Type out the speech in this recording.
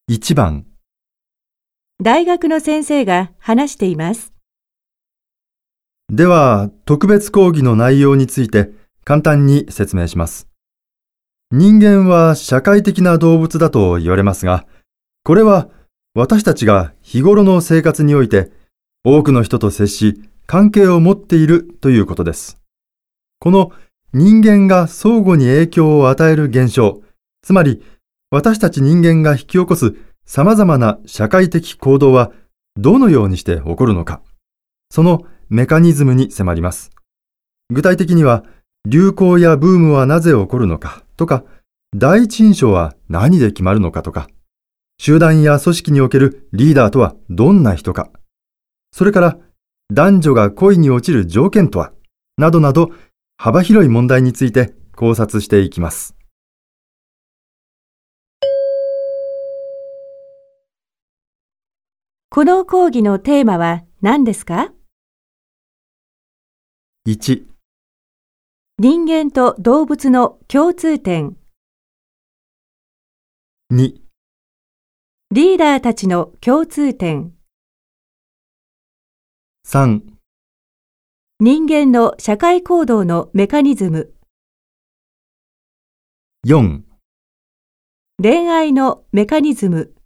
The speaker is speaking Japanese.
1番、 大学の先生が話しています。 では、特別講義の内容について簡単に説明します。人間は社会的な動物だと言われますが、これは私たちが日頃の生活において多くの人と接し、関係を持っているということです。この人間が相互に影響を与える現象、つまり私たち人間が引き起こす様々な社会的行動はどのようにして起こるのか、そのメカニズムに迫ります。具体的には、流行やブームはなぜ起こるのかとか、第一印象は何で決まるのかとか、集団や組織におけるリーダーとはどんな人か、それから男女が恋に落ちる条件とは、などなど幅広い問題について考察していきます。 この講義のテーマは何ですか？ 1、 人間と動物の共通点。 2、 リーダーたちの共通点。 3、 人間の社会行動のメカニズム。 4、 恋愛のメカニズム。